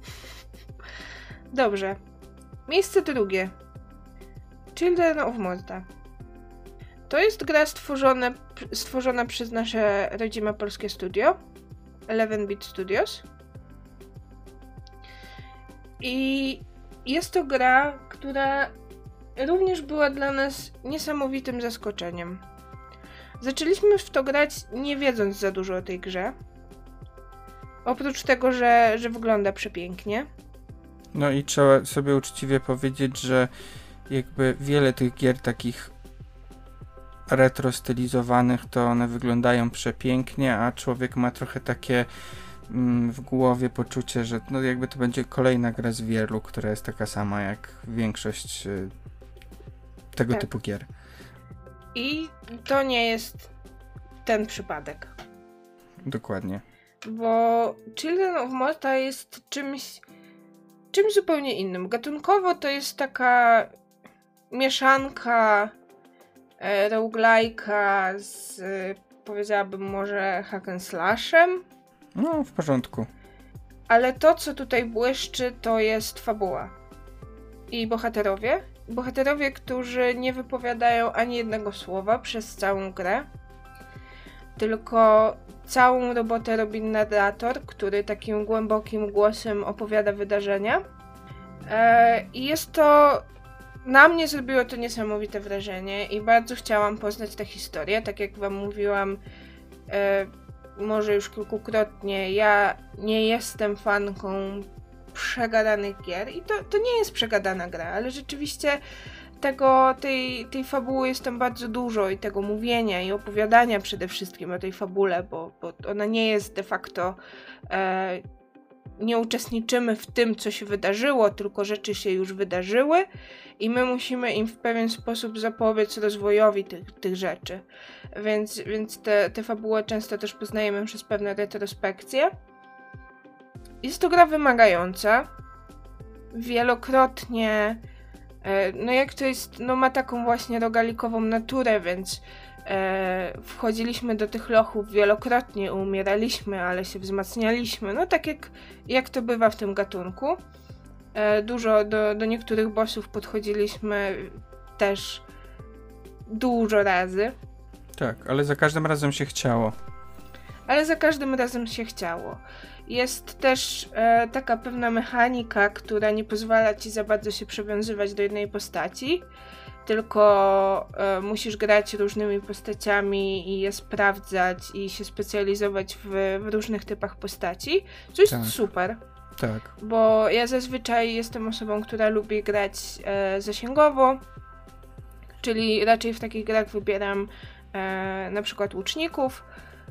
Dobrze. Miejsce drugie. Children of Morta. To jest gra stworzone, stworzona przez nasze rodzime polskie studio, eleven bit Studios. I jest to gra, która również była dla nas niesamowitym zaskoczeniem. Zaczęliśmy w to grać nie wiedząc za dużo o tej grze. Oprócz tego, że, że wygląda przepięknie. No i trzeba sobie uczciwie powiedzieć, że jakby wiele tych gier takich retro stylizowanych, to one wyglądają przepięknie, a człowiek ma trochę takie mm, w głowie poczucie, że no jakby to będzie kolejna gra z wielu, która jest taka sama jak większość y, tego tak. typu gier. I to nie jest ten przypadek. Dokładnie. Bo Children of Morta jest czymś czymś zupełnie innym. Gatunkowo to jest taka mieszanka e, roguelike'a z e, powiedziałabym może hack and slashem. No, w porządku. Ale to, co tutaj błyszczy, to jest fabuła. I bohaterowie. Bohaterowie, którzy nie wypowiadają ani jednego słowa przez całą grę. Tylko całą robotę robi narrator, który takim głębokim głosem opowiada wydarzenia. E, I jest to... Na mnie zrobiło to niesamowite wrażenie i bardzo chciałam poznać tę historię. Tak jak wam mówiłam, e, może już kilkukrotnie, ja nie jestem fanką przegadanych gier i to, to nie jest przegadana gra, ale rzeczywiście tego, tej, tej fabuły jest tam bardzo dużo i tego mówienia i opowiadania przede wszystkim o tej fabule, bo, bo ona nie jest de facto... E, nie uczestniczymy w tym, co się wydarzyło, tylko rzeczy się już wydarzyły i my musimy im w pewien sposób zapobiec rozwojowi tych, tych rzeczy. Więc, więc te, te fabuły często też poznajemy przez pewne retrospekcje. Jest to gra wymagająca. Wielokrotnie, no jak to jest, no ma taką właśnie rogalikową naturę, więc E, wchodziliśmy do tych lochów wielokrotnie, umieraliśmy, ale się wzmacnialiśmy. No tak jak, jak to bywa w tym gatunku. E, dużo do, do niektórych bossów podchodziliśmy też dużo razy. Tak, ale za każdym razem się chciało. Ale za każdym razem się chciało. Jest też e, taka pewna mechanika, która nie pozwala ci za bardzo się przywiązywać do jednej postaci, tylko e, musisz grać różnymi postaciami i je sprawdzać i się specjalizować w, w różnych typach postaci, co jest Tak. super. Tak. Bo ja zazwyczaj jestem osobą, która lubi grać e, zasięgowo, czyli raczej w takich grach wybieram e, na przykład łuczników.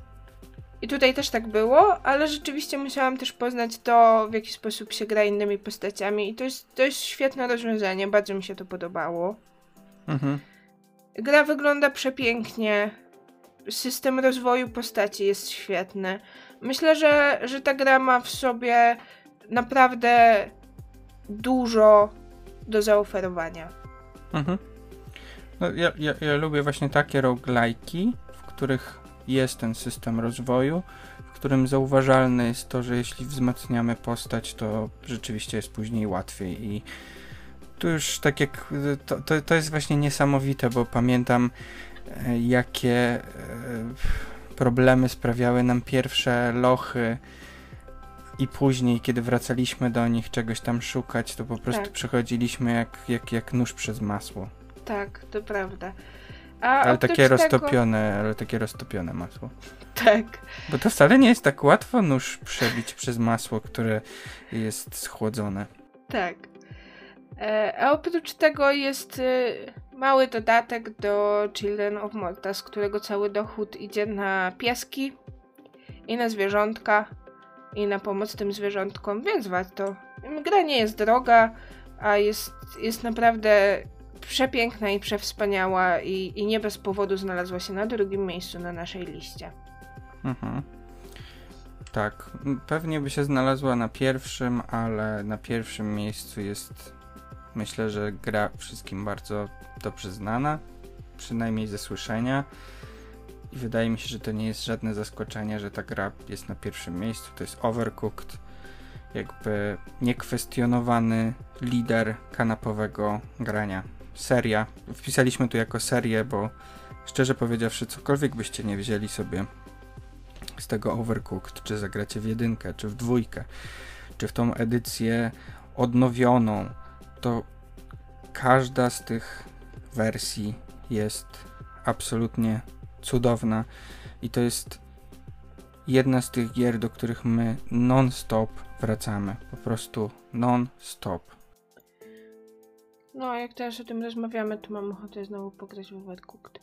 I tutaj też tak było, ale rzeczywiście musiałam też poznać to, w jaki sposób się gra innymi postaciami i to jest, to jest świetne rozwiązanie, bardzo mi się to podobało. Mhm. Gra wygląda przepięknie, system rozwoju postaci jest świetny. Myślę, że, że ta gra ma w sobie naprawdę dużo do zaoferowania. Mhm. No, ja, ja, ja lubię właśnie takie roguelike'i, w których jest ten system rozwoju, w którym zauważalne jest to, że jeśli wzmacniamy postać, to rzeczywiście jest później łatwiej i tu już tak jak to, to, to jest właśnie niesamowite, bo pamiętam e, jakie e, problemy sprawiały nam pierwsze lochy i później, kiedy wracaliśmy do nich czegoś tam szukać, to po prostu Tak. przechodziliśmy jak, jak, jak nóż przez masło. Tak, to prawda. A Ale oprócz takie tego... roztopione, ale takie roztopione masło. Tak. Bo to wcale nie jest tak łatwo nóż przebić przez masło, które jest schłodzone. Tak. E, a oprócz tego jest y, mały dodatek do Children of Morta, z którego cały dochód idzie na pieski i na zwierzątka i na pomoc tym zwierzątkom, więc warto. Gra nie jest droga, a jest, jest naprawdę przepiękna i przewspaniała i, i nie bez powodu znalazła się na drugim miejscu na naszej liście. Mhm. Tak, pewnie by się znalazła na pierwszym, ale na pierwszym miejscu jest, myślę, że gra wszystkim bardzo dobrze znana, przynajmniej ze słyszenia. I wydaje mi się, że to nie jest żadne zaskoczenie, że ta gra jest na pierwszym miejscu. To jest Overcooked, jakby niekwestionowany lider kanapowego grania. Seria. Wpisaliśmy tu jako serię, bo szczerze powiedziawszy, cokolwiek byście nie wzięli sobie z tego Overcooked, czy zagracie w jedynkę, czy w dwójkę, czy w tą edycję odnowioną, to każda z tych wersji jest absolutnie cudowna i to jest jedna z tych gier, do których my non-stop wracamy. Po prostu non-stop. No, jak teraz o tym rozmawiamy, to mam ochotę znowu pograć w Overcooked.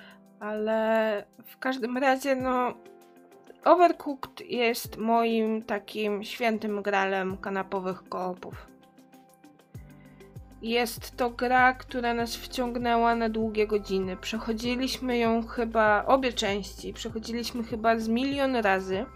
Ale w każdym razie, no, Overcooked jest moim takim świętym gralem kanapowych koopów. Jest to gra, która nas wciągnęła na długie godziny. Przechodziliśmy ją chyba, obie części, przechodziliśmy chyba z milion razy.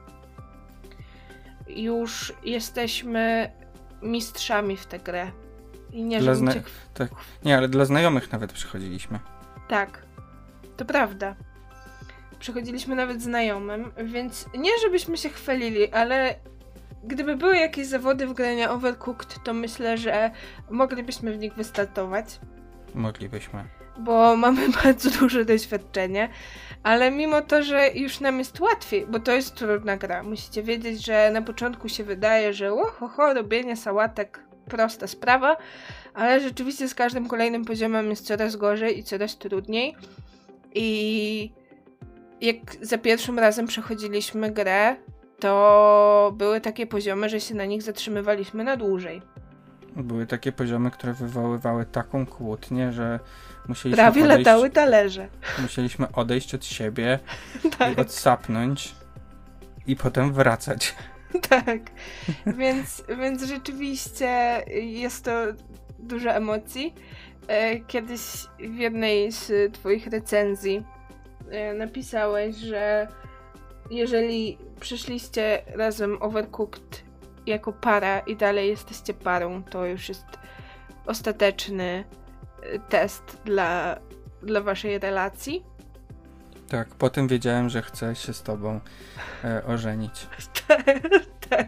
Już jesteśmy mistrzami w tę grę. I nie, Dla żebym zna- cię... tak. Nie, ale dla znajomych nawet przychodziliśmy. Tak, to prawda. Przechodziliśmy nawet znajomym, więc nie żebyśmy się chwalili, ale gdyby były jakieś zawody w grania Overcooked, to myślę, że moglibyśmy w nich wystartować, Moglibyśmy. bo mamy bardzo duże doświadczenie, ale mimo to, że już nam jest łatwiej, bo to jest trudna gra, musicie wiedzieć, że na początku się wydaje, że ohoho, robienie sałatek prosta sprawa, ale rzeczywiście z każdym kolejnym poziomem jest coraz gorzej i coraz trudniej i jak za pierwszym razem przechodziliśmy grę, to były takie poziomy, że się na nich zatrzymywaliśmy na dłużej. Były takie poziomy, które wywoływały taką kłótnię, że musieliśmy Prawie odejść, latały talerze. musieliśmy odejść od siebie Tak. i odsapnąć i potem wracać. Tak, więc, więc rzeczywiście jest to dużo emocji. Kiedyś w jednej z twoich recenzji napisałeś, że jeżeli przeszliście razem Overcooked jako para i dalej jesteście parą, to już jest ostateczny test dla, dla waszej relacji. Tak, potem wiedziałem, że chcę się z tobą e, ożenić. Tak.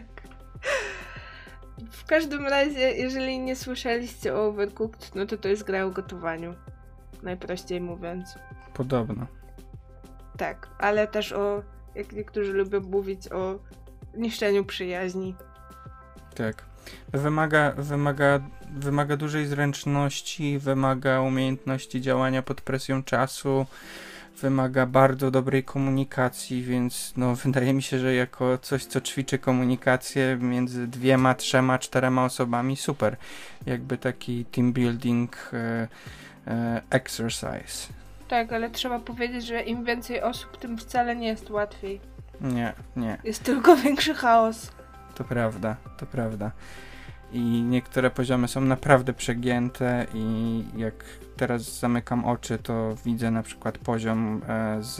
W każdym razie, jeżeli nie słyszeliście o Overcooked, no to to jest gra o gotowaniu. Najprościej mówiąc. Podobno. tak, ale też o, jak niektórzy lubią mówić, o niszczeniu przyjaźni. Tak. Wymaga, wymaga, wymaga dużej zręczności, wymaga umiejętności działania pod presją czasu, wymaga bardzo dobrej komunikacji, więc no wydaje mi się, że jako coś, co ćwiczy komunikację między dwiema, trzema, czterema osobami, super. Jakby taki team building e, e, exercise. Tak, ale trzeba powiedzieć, że im więcej osób, tym wcale nie jest łatwiej. Nie, nie. Jest tylko większy chaos. To prawda, to prawda. I niektóre poziomy są naprawdę przegięte i jak teraz zamykam oczy, to widzę na przykład poziom e, z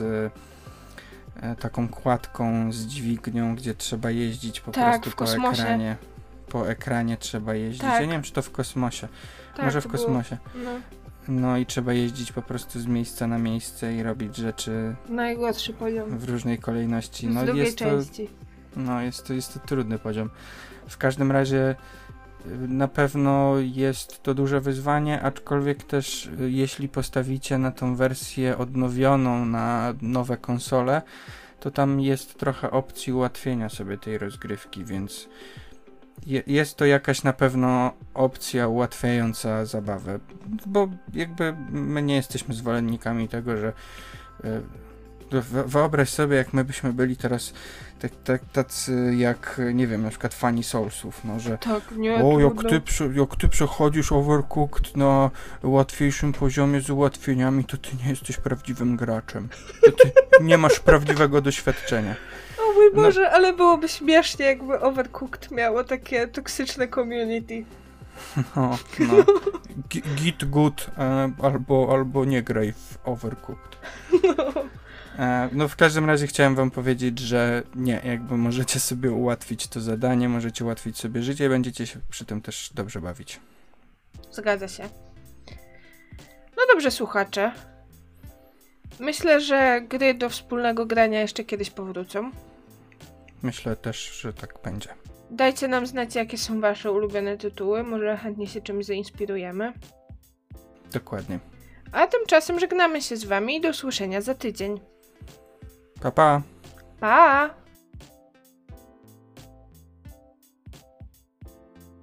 e, taką kładką, z dźwignią, gdzie trzeba jeździć po tak, prostu w po kosmosie. ekranie. Po ekranie trzeba jeździć. Tak. Ja nie wiem, czy to w kosmosie. Tak, Może w to kosmosie. Było, no, No i trzeba jeździć po prostu z miejsca na miejsce i robić rzeczy najgorszy poziom. w różnej kolejności. Z No drugiej jest to, części. no jest to, jest to trudny poziom. W każdym razie na pewno jest to duże wyzwanie, aczkolwiek też jeśli postawicie na tą wersję odnowioną na nowe konsole, to tam jest trochę opcji ułatwienia sobie tej rozgrywki, więc je, jest to jakaś na pewno opcja ułatwiająca zabawę, bo jakby my nie jesteśmy zwolennikami tego, że wyobraź sobie, jak my byśmy byli teraz tak, tak, tacy jak, nie wiem, na przykład fani Soulsów, no, że tak, nie, o, jak trudno. ty, prze, jak ty przechodzisz Overcooked na łatwiejszym poziomie z ułatwieniami, to ty nie jesteś prawdziwym graczem. To ty nie masz prawdziwego doświadczenia. O mój Boże, No. ale byłoby śmiesznie, jakby Overcooked miało takie toksyczne community. No, no. G- Git good e, albo, albo nie graj w Overcooked. No. E, no w każdym razie chciałem wam powiedzieć, że nie, jakby możecie sobie ułatwić to zadanie, możecie ułatwić sobie życie i będziecie się przy tym też dobrze bawić. Zgadza się. No dobrze, słuchacze. Myślę, że gry do wspólnego grania jeszcze kiedyś powrócą. Myślę też, że tak będzie. Dajcie nam znać, jakie są wasze ulubione tytuły. Może chętnie się czymś zainspirujemy. Dokładnie. A tymczasem żegnamy się z wami i do usłyszenia za tydzień. Pa, pa! Pa!